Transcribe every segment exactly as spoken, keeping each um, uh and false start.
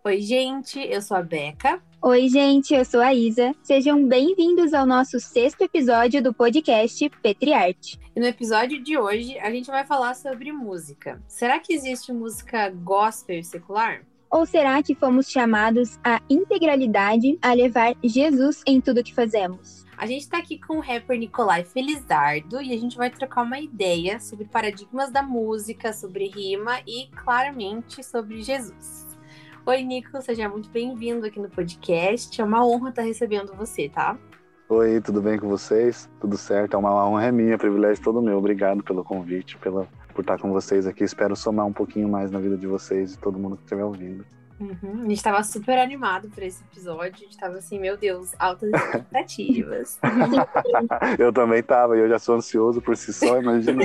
Oi, gente, eu sou a Beca. Oi, gente, eu sou a Isa. Sejam bem-vindos ao nosso sexto episódio do podcast Petriarte. E no episódio de hoje, a gente vai falar sobre música. Será que existe música gospel e secular? Ou será que fomos chamados à integralidade, a levar Jesus em tudo que fazemos? A gente tá aqui com o rapper Nicolai Felizardo e a gente vai trocar uma ideia sobre paradigmas da música, sobre rima e, claramente, sobre Jesus. Oi, Nico, seja muito bem-vindo aqui no podcast. É uma honra estar recebendo você, tá? Oi, tudo bem com vocês? Tudo certo? É uma honra é minha, privilégio todo meu. Obrigado pelo convite, pela, por estar com vocês aqui. Espero somar um pouquinho mais na vida de vocês e todo mundo que estiver ouvindo. Uhum. A gente estava super animado por esse episódio. A gente estava assim, meu Deus, altas expectativas. Eu também tava, e eu já sou ansioso por si só, imagina.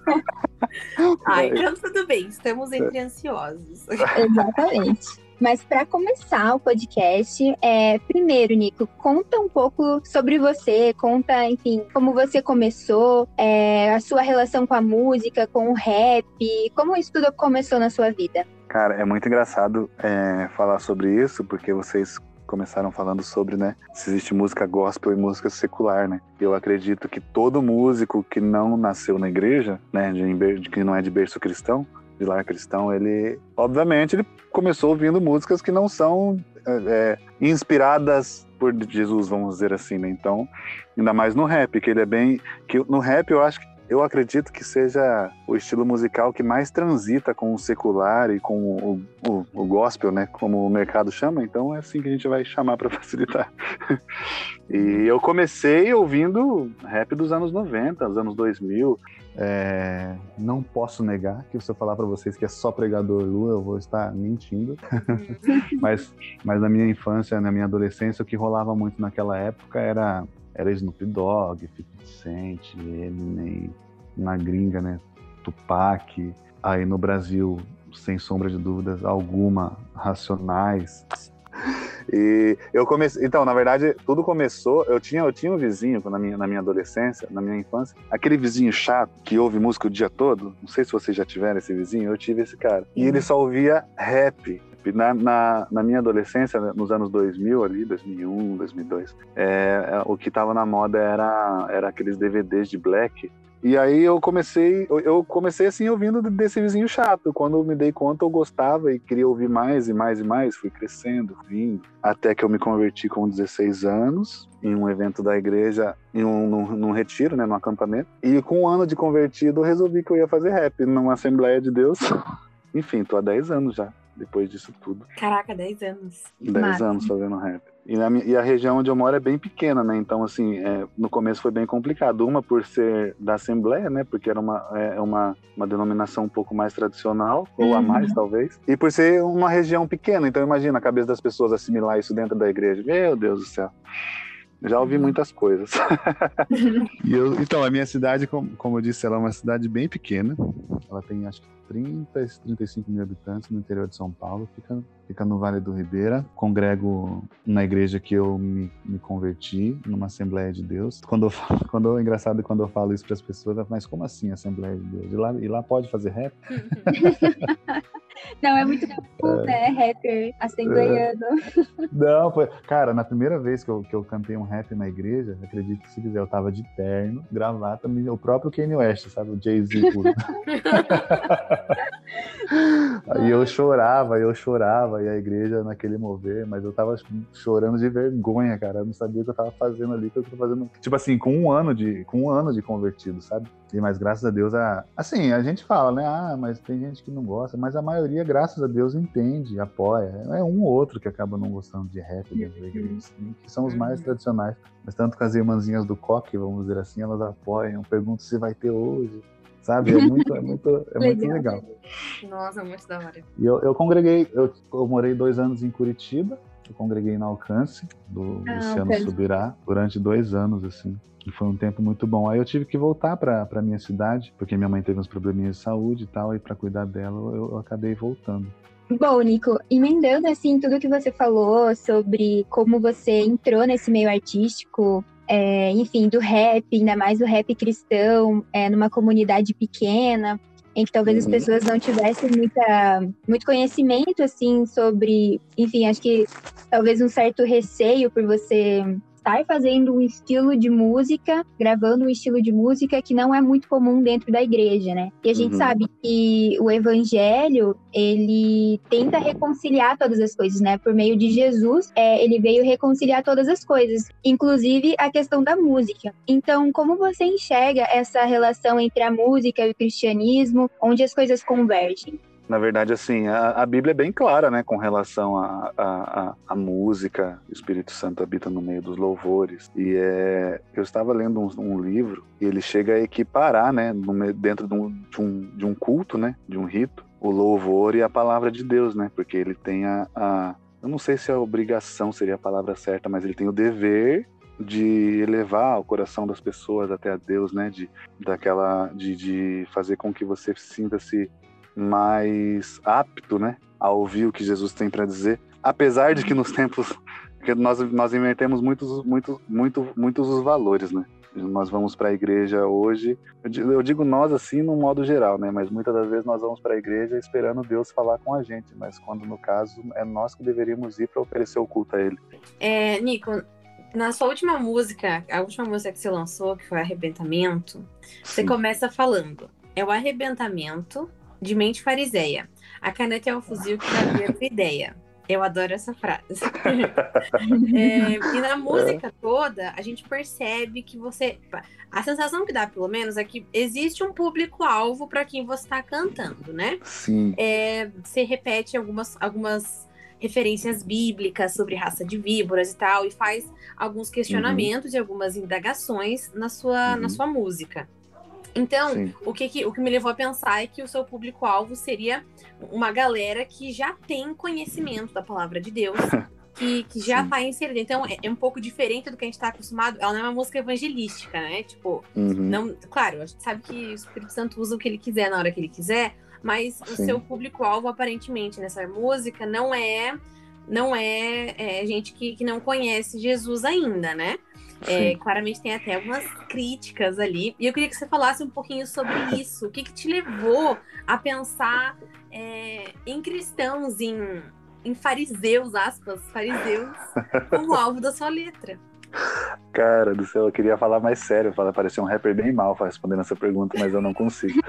Ah, então tudo bem, estamos entre ansiosos. Exatamente. Mas para começar o podcast, é, primeiro, Nico, conta um pouco sobre você, conta, enfim, como você começou, é, a sua relação com a música, com o rap, como isso tudo começou na sua vida. Cara, é muito engraçado é, falar sobre isso, porque vocês começaram falando sobre, né, se existe música gospel e música secular, né? Eu acredito que todo músico que não nasceu na igreja, né, de, de, que não é de berço cristão, de lar cristão, ele, obviamente, ele começou ouvindo músicas que não são é, inspiradas por Jesus, vamos dizer assim, né? Então, ainda mais no rap, que ele é bem... que no rap eu acho que eu acredito que seja o estilo musical que mais transita com o secular e com o, o, o gospel, né? Como o mercado chama, então é assim que a gente vai chamar para facilitar. E eu comecei ouvindo rap dos anos noventa, dos anos dois mil. É, não posso negar que se eu falar para vocês que é só pregador Lu, eu vou estar mentindo. mas, mas na minha infância, na minha adolescência, o que rolava muito naquela época era, era Snoop Dogg, fifty Cent, Eminem, na gringa, né? Tupac. Aí no Brasil, sem sombra de dúvidas alguma, Racionais. E eu comecei, então, na verdade, tudo começou, eu tinha, eu tinha um vizinho na minha, na minha adolescência, na minha infância, aquele vizinho chato que ouve música o dia todo, não sei se vocês já tiveram esse vizinho, eu tive esse cara, e ele só ouvia rap. Na, na, na minha adolescência, nos anos dois mil ali, dois mil e um, dois mil e dois, é, o que tava na moda era, era aqueles D V Ds de Black. E aí eu comecei, eu comecei assim ouvindo desse vizinho chato. Quando eu me dei conta, eu gostava e queria ouvir mais e mais e mais. Fui crescendo, vindo, até que eu me converti com dezesseis anos, em um evento da igreja, em um, num, num retiro, né, num acampamento. E com um ano de convertido, eu resolvi que eu ia fazer rap numa Assembleia de Deus. Enfim, tô há dez anos já, depois disso tudo. Caraca, dez anos. dez anos fazendo rap. E, na, e a região onde eu moro é bem pequena, né? Então, assim, é, no começo foi bem complicado. Uma por ser da Assembleia, né? Porque era uma, é, uma, uma denominação um pouco mais tradicional, ou a mais, talvez. E por ser uma região pequena. Então, imagina a cabeça das pessoas assimilar isso dentro da igreja. Meu Deus do céu. Já ouvi muitas coisas. E eu, então, a minha cidade, como, como eu disse, ela é uma cidade bem pequena. Ela tem, acho que, trinta, trinta e cinco mil habitantes no interior de São Paulo. Fica, fica no Vale do Ribeira. Congrego na igreja que eu me, me converti, numa Assembleia de Deus. Quando eu falo, quando, é engraçado quando eu falo isso para as pessoas, mas como assim Assembleia de Deus? E lá, e lá pode fazer rap? Não, é muito comum, né? Rapper assembleiano. Não, foi... Cara, na primeira vez que eu, que eu cantei um rap na igreja, acredito que se quiser, eu tava de terno, gravata, o próprio Kanye West, sabe? O Jay-Z puro. Aí eu chorava, eu chorava, e a igreja naquele mover, mas eu tava chorando de vergonha, cara. Eu não sabia o que eu tava fazendo ali, que eu tava fazendo, tipo assim, com um ano de, com um ano de convertido, sabe? E, mas graças a Deus, a... assim, a gente fala, né? Ah, mas tem gente que não gosta, mas a maioria, graças a Deus, entende, apoia. É um ou outro que acaba não gostando de rap dentro da igreja, assim, que são os mais tradicionais. Mas tanto que as irmãzinhas do coque, vamos dizer assim, elas apoiam, perguntam se vai ter hoje, sabe? É muito, é muito, é muito legal. Nossa, muito da hora. E eu, eu congreguei, eu, eu morei dois anos em Curitiba, eu congreguei na Alcance, do ah, Luciano Alcance. Subirá, durante dois anos, assim. E foi um tempo muito bom. Aí eu tive que voltar para a minha cidade, porque minha mãe teve uns probleminhas de saúde e tal, e para cuidar dela eu, eu acabei voltando. Bom, Nico, emendando assim tudo que você falou sobre como você entrou nesse meio artístico, é, enfim, do rap, ainda mais do rap cristão, é, numa comunidade pequena, em que talvez Uhum. as pessoas não tivessem muita, muito conhecimento, assim, sobre, enfim, acho que talvez um certo receio por você estar fazendo um estilo de música, gravando um estilo de música que não é muito comum dentro da igreja, né? E a gente Uhum. sabe que o evangelho, ele tenta reconciliar todas as coisas, né? Por meio de Jesus, é, ele veio reconciliar todas as coisas, inclusive a questão da música. Então, como você enxerga essa relação entre a música e o cristianismo, onde as coisas convergem? Na verdade, assim, a, a Bíblia é bem clara, né, com relação à a, a, a, música. O Espírito Santo habita no meio dos louvores. E é, eu estava lendo um, um livro e ele chega a equiparar, né, no, dentro de um, de, um, de um culto, né, de um rito, o louvor e a palavra de Deus, né, porque ele tem a, a... Eu não sei se a obrigação seria a palavra certa, mas ele tem o dever de elevar o coração das pessoas até a Deus, né, de, daquela, de, de fazer com que você sinta-se mais apto, né, a ouvir o que Jesus tem para dizer, apesar de que nos tempos que nós nós invertemos muitos muitos muito, muitos os valores, né? Nós vamos para a igreja hoje, eu digo nós assim no modo geral, né? Mas muitas das vezes nós vamos para a igreja esperando Deus falar com a gente, mas quando no caso é nós que deveríamos ir para oferecer o culto a Ele. É, Nico, na sua última música, a última música que você lançou, que foi Arrebentamento, você Sim. começa falando, é o arrebentamento de mente fariseia. A caneta é o fuzil que já havia essa ideia. Eu adoro essa frase. é, e na música toda, a gente percebe que você... A sensação que dá, pelo menos, é que existe um público-alvo para quem você está cantando, né? Sim. É, você repete algumas, algumas referências bíblicas sobre raça de víboras e tal, e faz alguns questionamentos uhum. e algumas indagações na sua, uhum. na sua música. Então, o que, que, o que me levou a pensar é que o seu público-alvo seria uma galera que já tem conhecimento da palavra de Deus, que, que já está inserida. Então, é, é um pouco diferente do que a gente está acostumado. Ela não é uma música evangelística, né? Tipo, uhum. não, claro, a gente sabe que o Espírito Santo usa o que ele quiser na hora que ele quiser, mas Sim. o seu público-alvo, aparentemente, nessa música, não é, não é, é gente que, que não conhece Jesus ainda, né? É, claramente tem até algumas críticas ali. E eu queria que você falasse um pouquinho sobre isso. O que, que te levou a pensar é, em cristãos, em, em fariseus, aspas, fariseus, como alvo da sua letra? Cara do céu, eu queria falar mais sério, falar, parecer um rapper bem mal respondendo essa pergunta, mas eu não consigo.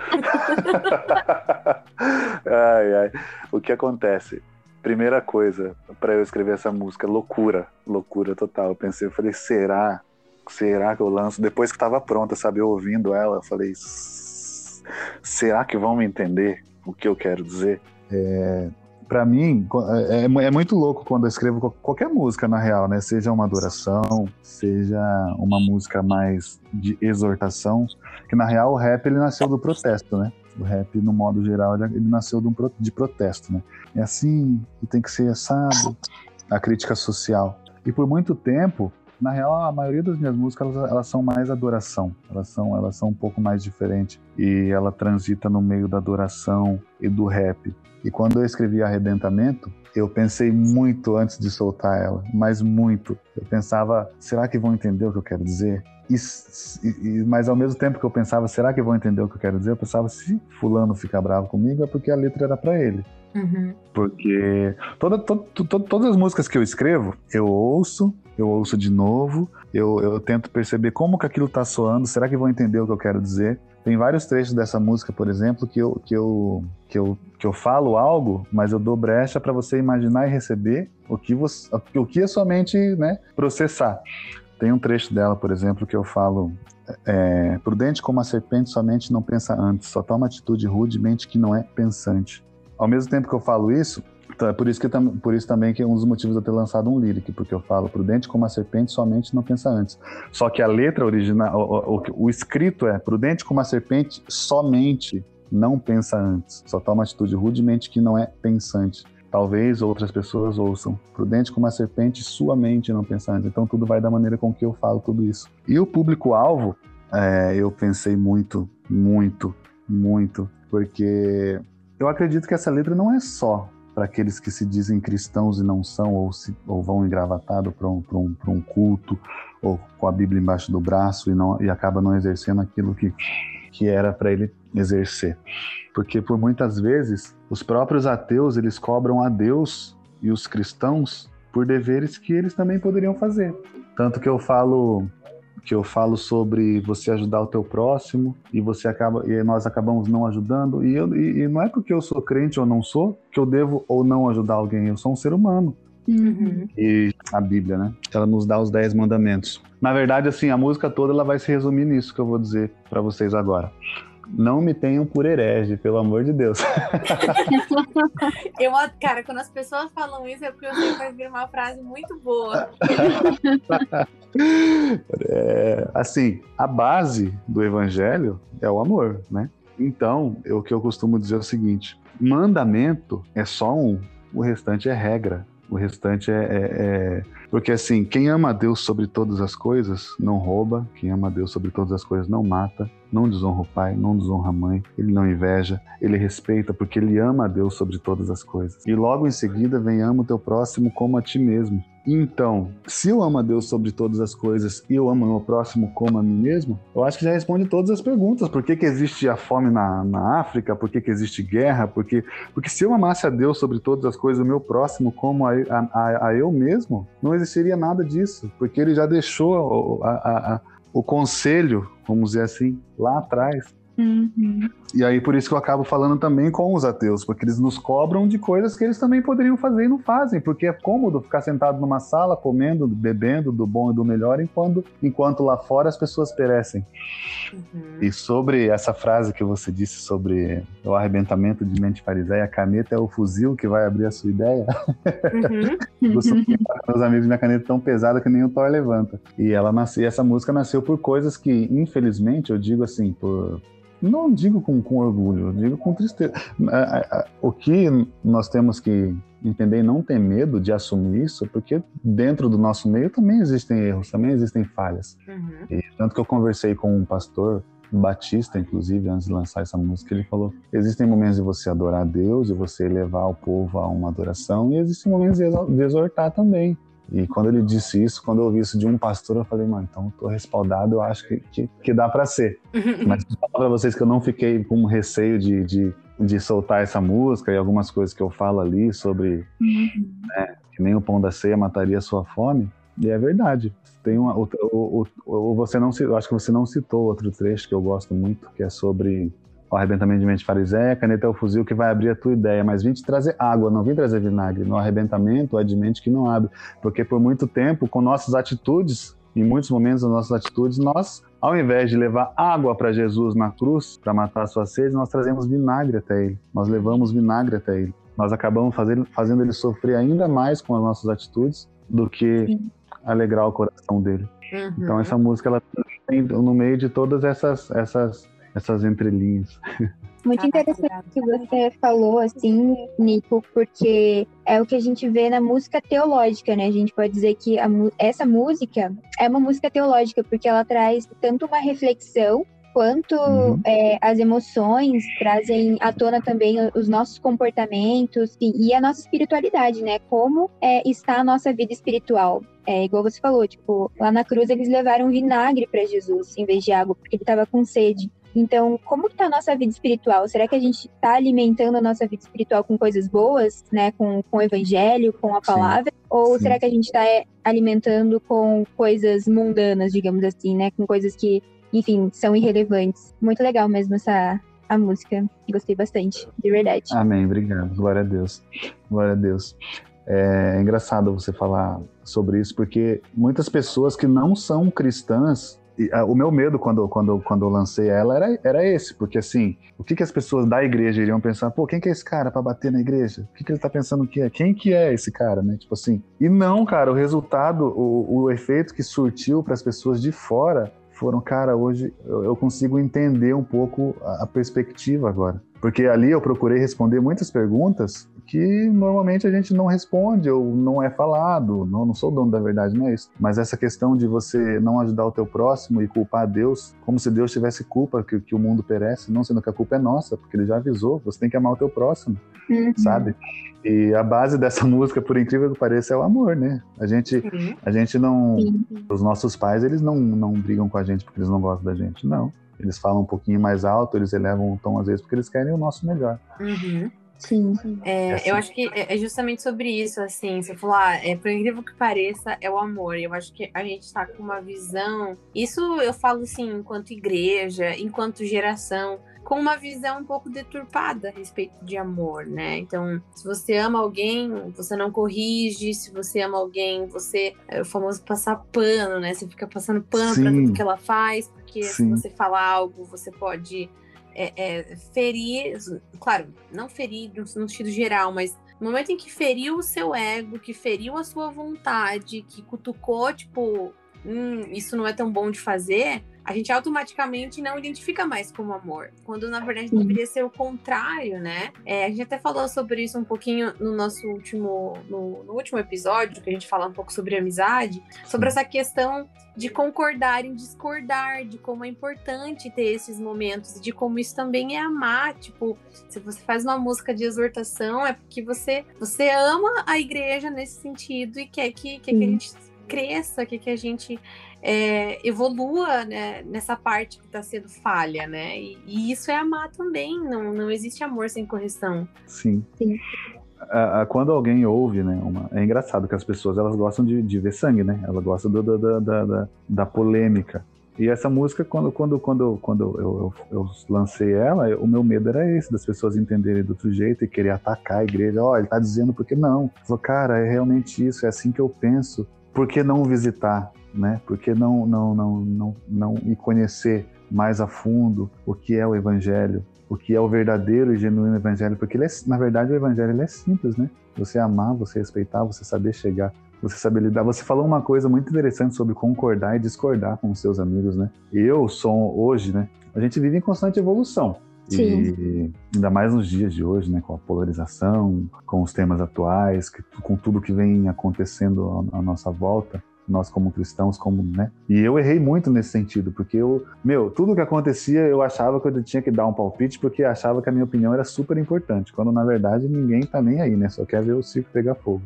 ai, ai. O que acontece? Primeira coisa, para eu escrever essa música, loucura, loucura total. Eu pensei, eu falei, será? Será que eu lanço? Depois que estava pronta, sabe, eu ouvindo ela, eu falei, será que vão me entender o que eu quero dizer? É, para mim, é, é muito louco quando eu escrevo qualquer música, na real, né? Seja uma adoração, seja uma música mais de exortação, que na real o rap, ele nasceu do protesto, né? O rap, no modo geral, ele nasceu de, um, de protesto, né? É assim, que tem que ser assado, a crítica social. E por muito tempo, na real, a maioria das minhas músicas, elas, elas são mais adoração. Elas são, elas são um pouco mais diferentes. E ela transita no meio da adoração e do rap. E quando eu escrevi Arrebentamento, eu pensei muito antes de soltar ela, mas muito. Eu pensava, será que vão entender o que eu quero dizer? E, e, mas ao mesmo tempo que eu pensava, será que vão entender o que eu quero dizer? Eu pensava, se fulano ficar bravo comigo, é porque a letra era pra ele. Uhum. Porque toda, to, to, to, todas as músicas que eu escrevo, eu ouço, eu ouço de novo, eu, eu tento perceber como que aquilo tá soando, será que vão entender o que eu quero dizer? Tem vários trechos dessa música, por exemplo, que eu, que eu, que eu, que eu falo algo, mas eu dou brecha para você imaginar e receber o que, você, o que a sua mente, né, processar. Tem um trecho dela, por exemplo, que eu falo, é, prudente como a serpente somente não pensa antes, só toma atitude rude, mente que não é pensante. Ao mesmo tempo que eu falo isso, é por isso, que, por isso também que é um dos motivos de eu ter lançado um lyric, porque eu falo, prudente como a serpente somente não pensa antes. Só que a letra original, o, o, o escrito é, prudente como a serpente somente não pensa antes, só toma atitude rude, mente que não é pensante. Talvez outras pessoas ouçam, prudente como a serpente, sua mente não pensa antes. Então tudo vai da maneira com que eu falo tudo isso. E o público-alvo, é, eu pensei muito, muito, muito, porque eu acredito que essa letra não é só para aqueles que se dizem cristãos e não são, ou, se, ou vão engravatados para um, um, um culto, ou com a Bíblia embaixo do braço e, não, e acaba não exercendo aquilo que, que era para ele exercer. Porque por muitas vezes os próprios ateus, eles cobram a Deus e os cristãos por deveres que eles também poderiam fazer. Tanto que eu falo que eu falo sobre você ajudar o teu próximo e você acaba e nós acabamos não ajudando, e, eu, e, e não é porque eu sou crente ou não sou que eu devo ou não ajudar alguém. Eu sou um ser humano. Uhum. E a Bíblia, né, ela nos dá os dez mandamentos. Na verdade, assim, a música toda ela vai se resumir nisso que eu vou dizer para vocês agora. Não me tenham por herege, pelo amor de Deus. Eu, cara, quando as pessoas falam isso, é porque eu sei que vai vir uma frase muito boa. É, assim, a base do evangelho é o amor, né? Então, eu, o que eu costumo dizer é o seguinte: mandamento é só um, o restante é regra. O restante é, é, é... Porque assim, quem ama a Deus sobre todas as coisas não rouba, quem ama a Deus sobre todas as coisas não mata, não desonra o pai, não desonra a mãe, ele não inveja, ele respeita porque ele ama a Deus sobre todas as coisas. E logo em seguida vem ama o teu próximo como a ti mesmo. Então, se eu amo a Deus sobre todas as coisas e eu amo o meu próximo como a mim mesmo, eu acho que já responde todas as perguntas. Por que que existe a fome na, na África? Por que que existe guerra? Porque, porque se eu amasse a Deus sobre todas as coisas, o meu próximo como a, a, a eu mesmo, não existiria nada disso. Porque ele já deixou a, a, a, o conselho, vamos dizer assim, lá atrás. Uhum. E aí por isso que eu acabo falando também com os ateus, porque eles nos cobram de coisas que eles também poderiam fazer e não fazem, porque é cômodo ficar sentado numa sala, comendo, bebendo do bom e do melhor, enquanto, enquanto lá fora as pessoas perecem. Uhum. E sobre essa frase que você disse sobre o arrebentamento de mente fariseia, a caneta é o fuzil que vai abrir a sua ideia. Uhum. Eu sou meus amigos, minha caneta é tão pesada que nem o Thor levanta. E ela nasceu, essa música nasceu por coisas que, infelizmente, eu digo assim, por... Não digo com, com orgulho, eu digo com tristeza. O que nós temos que entender e não ter medo de assumir isso, porque dentro do nosso meio também existem erros, também existem falhas. Uhum. E tanto que eu conversei com um pastor batista, inclusive, antes de lançar essa música, ele falou: existem momentos de você adorar a Deus, e você levar o povo a uma adoração, e existem momentos de exortar também. E quando ele disse isso, quando eu ouvi isso de um pastor, eu falei, mano, então eu tô respaldado, eu acho que, que, que dá pra ser. Mas vou falar pra vocês que eu não fiquei com receio de, de, de soltar essa música e algumas coisas que eu falo ali sobre, uhum. né, que nem o pão da ceia mataria a sua fome. E é verdade. Tem uma, o, o, o, você não, eu acho que você não citou outro trecho que eu gosto muito, que é sobre o arrebentamento de mente fariseia, a caneta é o fuzil que vai abrir a tua ideia, mas vim te trazer água, não vim trazer vinagre. No arrebentamento é de mente que não abre, porque por muito tempo, com nossas atitudes, em muitos momentos das nossas atitudes, nós, ao invés de levar água para Jesus na cruz, para matar a sua sede, nós trazemos vinagre até ele, nós levamos vinagre até ele. Nós acabamos fazendo, fazendo ele sofrer ainda mais com as nossas atitudes do que Sim. alegrar o coração dele. Uhum. Então essa música, ela tem no meio de todas essas... essas essas entrelinhas. Muito interessante o que você falou, assim, Nico, porque é o que a gente vê na música teológica, né? A gente pode dizer que a, essa música é uma música teológica, porque ela traz tanto uma reflexão quanto uhum. é, as emoções, trazem à tona também os nossos comportamentos e, e a nossa espiritualidade, né? Como é, está a nossa vida espiritual. É igual você falou, tipo, lá na cruz eles levaram vinagre para Jesus em vez de água, porque ele estava com sede. Então, como que tá a nossa vida espiritual? Será que a gente está alimentando a nossa vida espiritual com coisas boas, né? Com, com o evangelho, com a palavra? Sim, ou sim. será que a gente está é, alimentando com coisas mundanas, digamos assim, né? Com coisas que, enfim, são irrelevantes. Muito legal mesmo essa a música. Gostei bastante, de verdade. Amém, obrigado. Glória a Deus. Glória a Deus. É engraçado você falar sobre isso, porque muitas pessoas que não são cristãs, o meu medo quando, quando, quando eu lancei ela era, era esse, porque assim, o que, que as pessoas da igreja iriam pensar? Pô, quem que é esse cara pra bater na igreja? O que, que ele tá pensando que é? Quem que é esse cara, né? Tipo assim. E não, cara, o resultado, o, o efeito que surtiu pras pessoas de fora foram, cara, hoje eu, eu consigo entender um pouco a, a perspectiva agora. Porque ali eu procurei responder muitas perguntas que normalmente a gente não responde ou não é falado. Não, não sou o dono da verdade, não é isso. Mas essa questão de você não ajudar o teu próximo e culpar a Deus, como se Deus tivesse culpa que, que o mundo perece, não sendo que a culpa é nossa, porque ele já avisou, você tem que amar o teu próximo, uhum. sabe? E a base dessa música, por incrível que pareça, é o amor, né? A gente, uhum. a gente não... Sim. Os nossos pais, eles não, não brigam com a gente porque eles não gostam da gente, não. eles falam um pouquinho mais alto, eles elevam o tom às vezes, porque eles querem o nosso melhor. Uhum. Sim. É, É assim. Eu acho que é justamente sobre isso, assim, você falou, ah, é, por incrível que pareça, é o amor. Eu acho que a gente tá com uma visão, isso eu falo assim, enquanto igreja, enquanto geração, com uma visão um pouco deturpada a respeito de amor, né? Então, se você ama alguém, você não corrige, se você ama alguém, você, é o famoso passar pano, né? Você fica passando pano pra tudo Sim, que ela faz, porque se sim, você falar algo, você pode É, é, ferir, claro, não ferir no, no sentido geral, mas no momento em que feriu o seu ego, que feriu a sua vontade, que cutucou, tipo, hum, isso não é tão bom de fazer, a gente automaticamente não identifica mais como amor, quando na verdade Sim. deveria ser o contrário, né? É, a gente até falou sobre isso um pouquinho no nosso último, no, no último episódio, que a gente fala um pouco sobre amizade, sobre essa questão de concordar em discordar, de como é importante ter esses momentos, de como isso também é amar. Tipo, se você faz uma música de exortação, é porque você, você ama a igreja nesse sentido e quer que, quer que a gente cresça, quer que a gente é, evolua, né, nessa parte que está sendo falha, né? E, e isso é amar também, não, não existe amor sem correção. sim. Sim. Ah, ah, quando alguém ouve, né, uma... é engraçado que as pessoas elas gostam de, de ver sangue, né? Elas gostam do, do, do, da, da, da polêmica. E essa música, quando, quando, quando, quando eu, eu, eu lancei ela, o meu medo era esse, das pessoas entenderem do outro jeito e querer atacar a igreja. Ó, oh, ele tá dizendo porque não. Eu falei, cara, é realmente isso, é assim que eu penso. Por que não visitar, né? Por que não, não, não, não, não ir conhecer mais a fundo o que é o evangelho? O que é o verdadeiro e genuíno evangelho, porque ele é, na verdade o evangelho ele é simples, né? Você amar, você respeitar, você saber chegar, você saber lidar. Você falou uma coisa muito interessante sobre concordar e discordar com os seus amigos, né? Eu sou hoje, né? A gente vive em constante evolução. Sim. E ainda mais nos dias de hoje, né? Com a polarização, com os temas atuais, com tudo que vem acontecendo à nossa volta. Nós como cristãos, como, né? E eu errei muito nesse sentido, porque eu, meu, tudo que acontecia eu achava que eu tinha que dar um palpite, porque achava que a minha opinião era super importante, quando na verdade ninguém tá nem aí, né? Só quer ver o circo pegar fogo.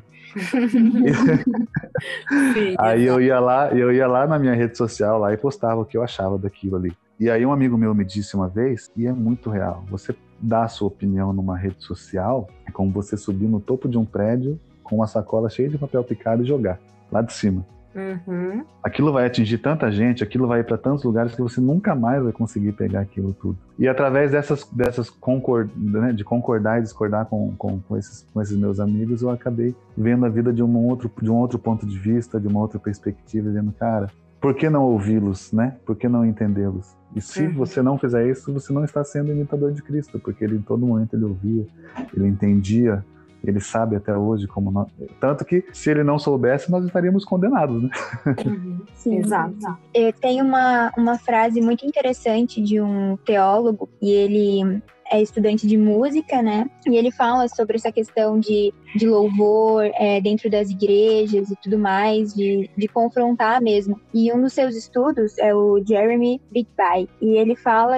Sim, aí eu ia lá, eu ia lá na minha rede social lá e postava o que eu achava daquilo ali. E aí um amigo meu me disse uma vez, e é muito real, você dá a sua opinião numa rede social, é como você subir no topo de um prédio com uma sacola cheia de papel picado e jogar lá de cima. Uhum. Aquilo vai atingir tanta gente, aquilo vai ir para tantos lugares que você nunca mais vai conseguir pegar aquilo tudo. E através dessas, dessas concord, né, de concordar e discordar com, com, com, esses, com esses meus amigos, eu acabei vendo a vida de um outro, de um outro ponto de vista, de uma outra perspectiva, dizendo, cara, por que não ouvi-los, né? Por que não entendê-los? E se uhum. você não fizer isso, você não está sendo imitador de Cristo, porque ele em todo momento ele ouvia, ele entendia, ele sabe até hoje como nós... Tanto que, se ele não soubesse, nós estaríamos condenados, né? Uhum. Sim, exato. Tem uma, uma frase muito interessante de um teólogo, e ele é estudante de música, né? E ele fala sobre essa questão de, de louvor é, dentro das igrejas e tudo mais, de, de confrontar mesmo. E um dos seus estudos é o Jeremy Bigby, e ele fala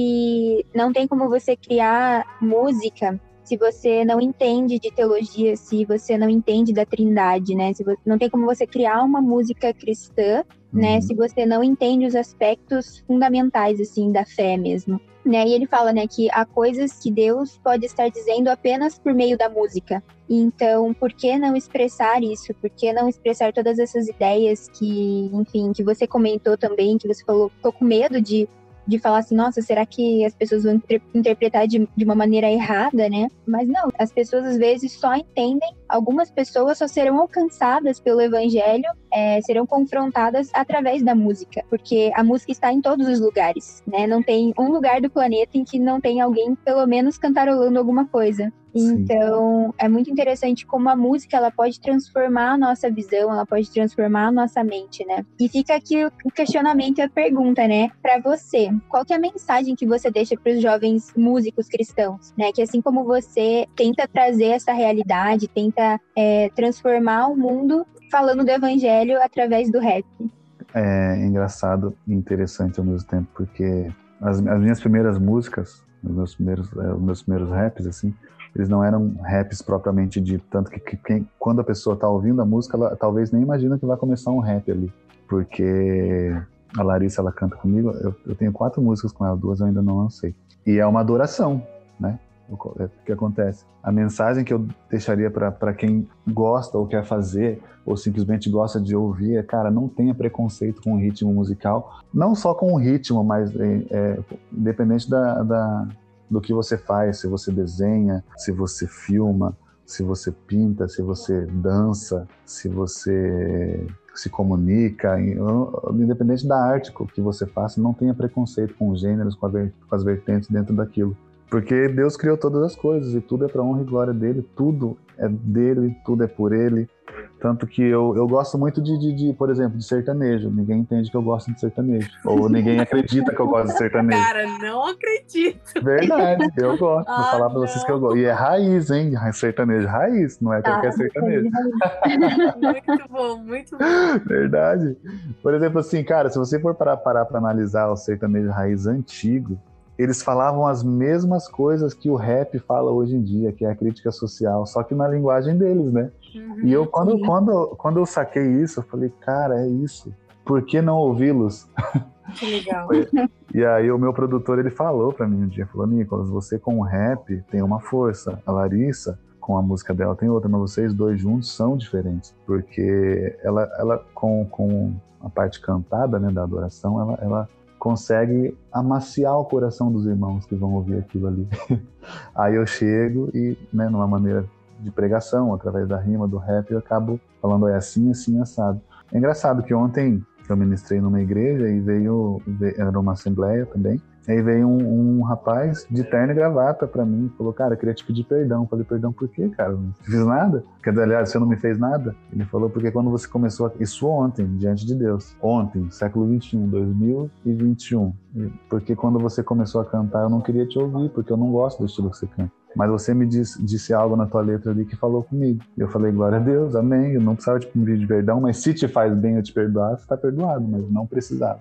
que não tem como você criar música se você não entende de teologia, se você não entende da Trindade, né? Se você, não tem como você criar uma música cristã, uhum. né? Se você não entende os aspectos fundamentais, assim, da fé mesmo. Né? E ele fala, né, que há coisas que Deus pode estar dizendo apenas por meio da música. Então, por que não expressar isso? Por que não expressar todas essas ideias que, enfim, que você comentou também, que você falou, tô com medo de de falar assim, nossa, será que as pessoas vão inter- interpretar de, de uma maneira errada, né? Mas não, as pessoas às vezes só entendem, algumas pessoas só serão alcançadas pelo evangelho, é, serão confrontadas através da música, porque a música está em todos os lugares, né? Não tem um lugar do planeta em que não tem alguém, pelo menos, cantarolando alguma coisa. Então, sim. É muito interessante como a música, ela pode transformar a nossa visão, ela pode transformar a nossa mente, né? E fica aqui o questionamento e a pergunta, né? Pra você, qual que é a mensagem que você deixa para os jovens músicos cristãos, né? Que assim como você tenta trazer essa realidade, tenta é, transformar o mundo falando do evangelho através do rap. É engraçado e interessante ao mesmo tempo, porque as, as minhas primeiras músicas, os meus primeiros, os meus primeiros raps, assim, eles não eram raps propriamente dito, tanto que, que quem, quando a pessoa tá ouvindo a música, ela talvez nem imagina que vai começar um rap ali, porque a Larissa, ela canta comigo, eu, eu tenho quatro músicas com ela, duas eu ainda não lancei. E é uma adoração, né? O que acontece? A mensagem que eu deixaria para quem gosta ou quer fazer, ou simplesmente gosta de ouvir, é, cara, não tenha preconceito com o ritmo musical, não só com o ritmo, mas é, é, independente da, da, do que você faz, se você desenha, se você filma, se você pinta, se você dança, se você se comunica, independente da arte que você faça, não tenha preconceito com os gêneros, com, a, com as vertentes dentro daquilo. Porque Deus criou todas as coisas e tudo é para honra e glória dele, tudo é dele, tudo é por ele. Tanto que eu, eu gosto muito de, de, de, por exemplo, de sertanejo. Ninguém entende que eu gosto de sertanejo. Ou ninguém acredita que eu gosto de sertanejo. Cara, não acredito. Verdade, eu gosto. Vou ah, falar pra não. vocês que eu gosto. E é raiz, hein? Sertanejo raiz, não é qualquer ah, sertanejo. Muito bom, muito bom. Verdade. Por exemplo, assim, cara, se você for parar, parar pra analisar o sertanejo raiz antigo, eles falavam as mesmas coisas que o rap fala hoje em dia, que é a crítica social, só que na linguagem deles, né? Uhum, e eu, quando, quando, quando eu saquei isso, eu falei, cara, é isso. Por que não ouvi-los? Que legal. E aí o meu produtor, ele falou pra mim um dia, falou, Nicolas, você com o rap tem uma força. A Larissa, com a música dela, tem outra, mas vocês dois juntos são diferentes. Porque ela, ela com, com a parte cantada, né, da adoração, ela... ela consegue amaciar o coração dos irmãos que vão ouvir aquilo ali. Aí eu chego e, né, numa maneira de pregação, através da rima, do rap, eu acabo falando, é assim, assim, assado. É engraçado que ontem eu ministrei numa igreja e veio, veio era uma assembleia também, aí veio um, um rapaz de terno e gravata pra mim, falou, cara, eu queria te pedir perdão. Eu falei, perdão por quê, cara? Eu não fiz nada? Quer dizer, aliás, você não me fez nada? Ele falou, porque quando você começou, a... isso ontem, diante de Deus, ontem, século vinte e um, dois mil e vinte e um, porque quando você começou a cantar, eu não queria te ouvir, porque eu não gosto do estilo que você canta. Mas você me disse, disse algo na tua letra ali que falou comigo. E eu falei, glória a Deus, amém. Eu não precisava te pedir perdão, mas se te faz bem eu te perdoar, você tá perdoado, mas não precisava.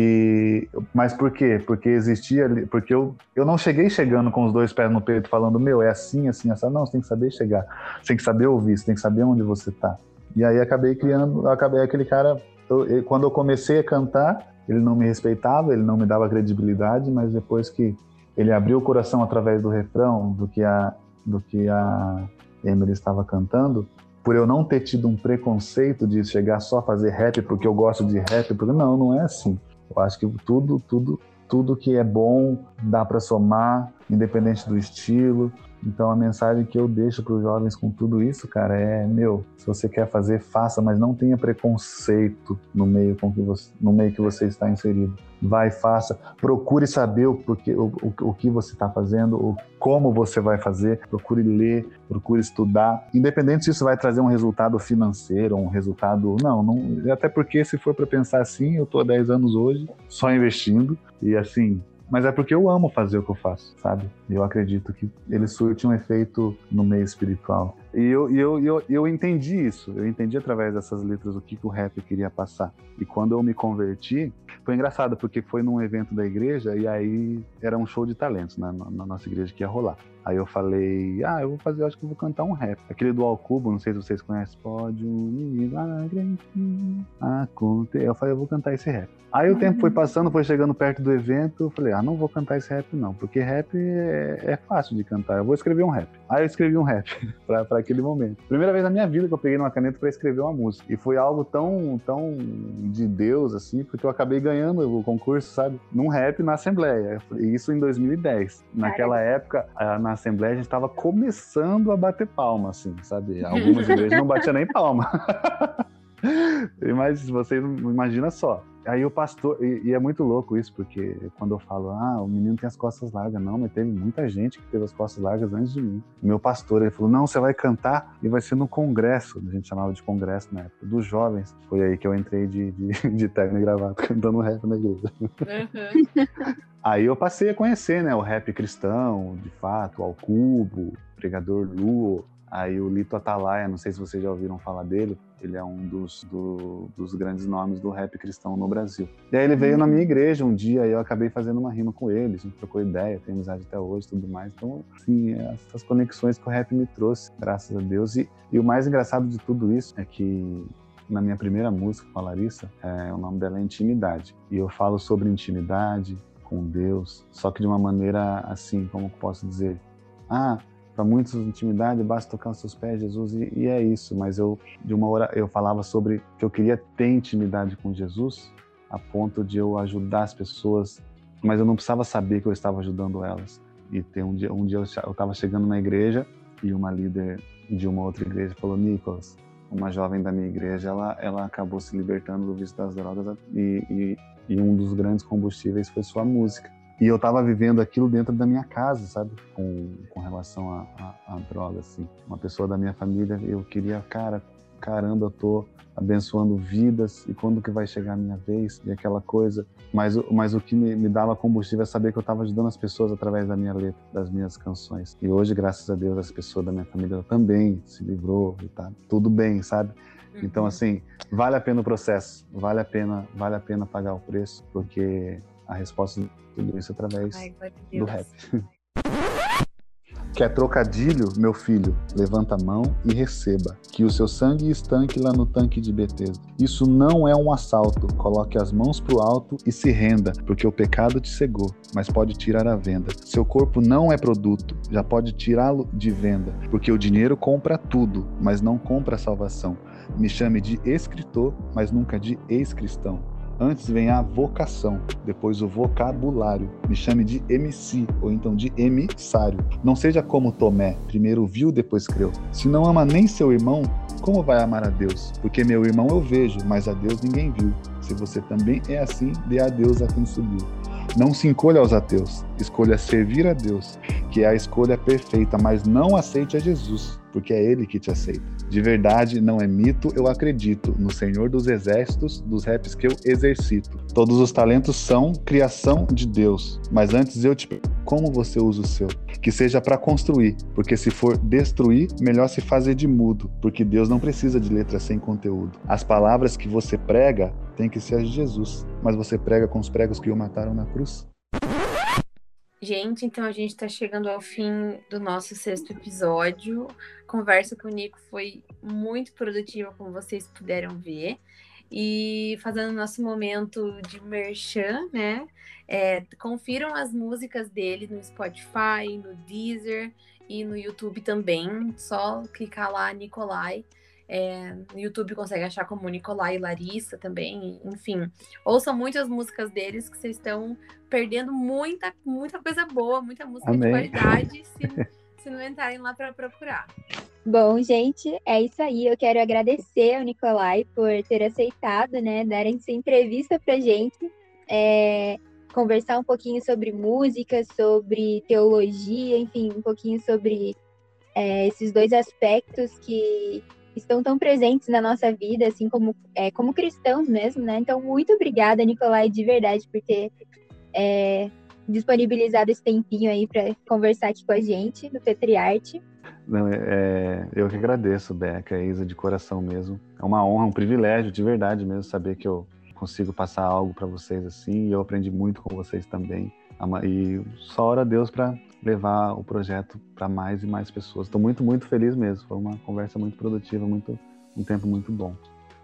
E, mas por quê? Porque existia, porque eu, eu não cheguei chegando com os dois pés no peito falando, meu, é assim, assim, assim. Não, você tem que saber chegar, você tem que saber ouvir, você tem que saber onde você tá. E aí acabei criando, acabei aquele cara, eu, eu, quando eu comecei a cantar, ele não me respeitava, ele não me dava credibilidade, mas depois que ele abriu o coração através do refrão, do que a, do que a Emily estava cantando, por eu não ter tido um preconceito de chegar só a fazer rap porque eu gosto de rap, porque não, não é assim. Eu acho que tudo, tudo, tudo que é bom dá para somar, independente do estilo. Então a mensagem que eu deixo para os jovens com tudo isso, cara, é, meu, se você quer fazer, faça, mas não tenha preconceito no meio, com que você, no meio que você está inserido. Vai, faça, procure saber o, porque, o, o, o que você está fazendo, o, como você vai fazer, procure ler, procure estudar, independente se isso vai trazer um resultado financeiro, um resultado... Não, não até porque se for para pensar assim, eu estou há dez anos hoje, só investindo, e assim... Mas é porque eu amo fazer o que eu faço, sabe? E eu acredito que ele surte um efeito no meio espiritual. E eu, e eu, eu, eu entendi isso. Eu entendi através dessas letras o que, que o rap queria passar. E quando eu me converti, foi engraçado, porque foi num evento da igreja e aí era um show de talentos, né, na, na nossa igreja que ia rolar. Aí eu falei, ah, eu vou fazer, acho que eu vou cantar um rap. Aquele do Al Cubo, não sei se vocês conhecem. Pode um milagre acontecer. Eu falei, eu vou cantar esse rap. Aí o tempo foi passando, foi chegando perto do evento, eu falei, ah, não vou cantar esse rap não, porque rap é, é fácil de cantar, eu vou escrever um rap. Aí eu escrevi um rap pra, pra aquele momento. Primeira vez na minha vida que eu peguei uma caneta pra escrever uma música. E foi algo tão, tão de Deus, assim, porque eu acabei ganhando o concurso, sabe? Num rap na Assembleia. E isso em dois mil e dez. Naquela época, na Assembleia, a gente tava começando a bater palma, assim, sabe? Algumas igrejas não batiam nem palma. Mas você imagina só. Aí o pastor, e, e é muito louco isso, porque quando eu falo, ah, o menino tem as costas largas, não, mas teve muita gente que teve as costas largas antes de mim. O meu pastor, ele falou, não, você vai cantar e vai ser no congresso, a gente chamava de congresso na época, dos jovens. Foi aí que eu entrei de, de, de terno e gravata, cantando rap na igreja. Uhum. Aí eu passei a conhecer, né, o rap cristão, de fato, o Al Cubo, o Pregador Luo, aí o Lito Atalaia, não sei se vocês já ouviram falar dele, ele é um dos, do, dos grandes nomes do rap cristão no Brasil. E aí ele veio na minha igreja um dia e eu acabei fazendo uma rima com ele, a gente trocou ideia, tem amizade até hoje e tudo mais. Então, assim, essas conexões que o rap me trouxe, graças a Deus. E, e o mais engraçado de tudo isso é que na minha primeira música com a Larissa, é, o nome dela é Intimidade. E eu falo sobre intimidade com Deus, só que de uma maneira assim, como eu posso dizer? Ah, para muitos intimidade basta tocar os seus pés, Jesus, e, e é isso. Mas eu, de uma hora, eu falava sobre que eu queria ter intimidade com Jesus, a ponto de eu ajudar as pessoas, mas eu não precisava saber que eu estava ajudando elas. E tem um dia, um dia eu estava chegando na igreja e uma líder de uma outra igreja falou: Nicolas, uma jovem da minha igreja, ela, ela acabou se libertando do vício das drogas e, e, e um dos grandes combustíveis foi sua música. E eu estava vivendo aquilo dentro da minha casa, sabe? Com, com relação à a, a, a droga, assim. Uma pessoa da minha família, eu queria, cara, caramba, eu tô abençoando vidas, e quando que vai chegar a minha vez? E aquela coisa. Mas, mas o que me, me dava combustível é saber que eu estava ajudando as pessoas através da minha letra, das minhas canções. E hoje, graças a Deus, as pessoas da minha família também se livrou e tá tudo bem, sabe? Uhum. Então, assim, vale a pena o processo, vale a pena, vale a pena pagar o preço, porque a resposta de tudo isso é através Ai, do rap. Quer trocadilho, meu filho? Levanta a mão e receba. Que o seu sangue estanque lá no tanque de Betesda. Isso não é um assalto. Coloque as mãos pro alto e se renda, porque o pecado te cegou, mas pode tirar a venda. Seu corpo não é produto, já pode tirá-lo de venda, porque o dinheiro compra tudo, mas não compra a salvação. Me chame de escritor, mas nunca de ex-cristão. Antes vem a vocação, depois o vocabulário. Me chame de M C, ou então de emissário. Não seja como Tomé, primeiro viu, depois creu. Se não ama nem seu irmão, como vai amar a Deus? Porque meu irmão eu vejo, mas a Deus ninguém viu. Se você também é assim, dê a Deus a quem subiu. Não se encolha aos ateus, escolha servir a Deus, que é a escolha perfeita, mas não aceite a Jesus, porque é Ele que te aceita. De verdade, não é mito, eu acredito no Senhor dos Exércitos, dos raps que eu exercito. Todos os talentos são criação de Deus, mas antes eu te pergunto, como você usa o seu? Que seja para construir, porque se for destruir, melhor se fazer de mudo, porque Deus não precisa de letras sem conteúdo. As palavras que você prega têm que ser as de Jesus, mas você prega com os pregos que o mataram na cruz? Gente, então a gente está chegando ao fim do nosso sexto episódio. A conversa com o Nico foi muito produtiva, como vocês puderam ver. E fazendo o nosso momento de merchan, né? É, confiram as músicas dele no Spotify, no Deezer e no YouTube também. Só clicar lá, Nicolai. É, no YouTube consegue achar como Nicolai e Larissa também, enfim. Ouçam muitas músicas deles, que vocês estão perdendo muita, muita coisa boa, muita música Amém. De qualidade, se, se não entrarem lá para procurar. Bom, gente, é isso aí. Eu quero agradecer ao Nicolai por ter aceitado, né, dar essa entrevista pra gente, é, conversar um pouquinho sobre música, sobre teologia, enfim, um pouquinho sobre é, esses dois aspectos que estão tão presentes na nossa vida, assim como, é, como cristãos mesmo, né? Então, muito obrigada, Nicolai, de verdade, por ter é, disponibilizado esse tempinho aí para conversar aqui com a gente, do Petriarte. Não, é, eu que agradeço, Beca e Isa, de coração mesmo. É uma honra, um privilégio, de verdade mesmo, saber que eu consigo passar algo para vocês assim, e eu aprendi muito com vocês também. E só ora a Deus para levar o projeto para mais e mais pessoas. Estou muito, muito feliz mesmo. Foi uma conversa muito produtiva, muito, um tempo muito bom.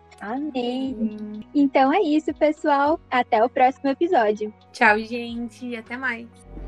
Amém! Então é isso, pessoal. Até o próximo episódio. Tchau, gente. Até mais.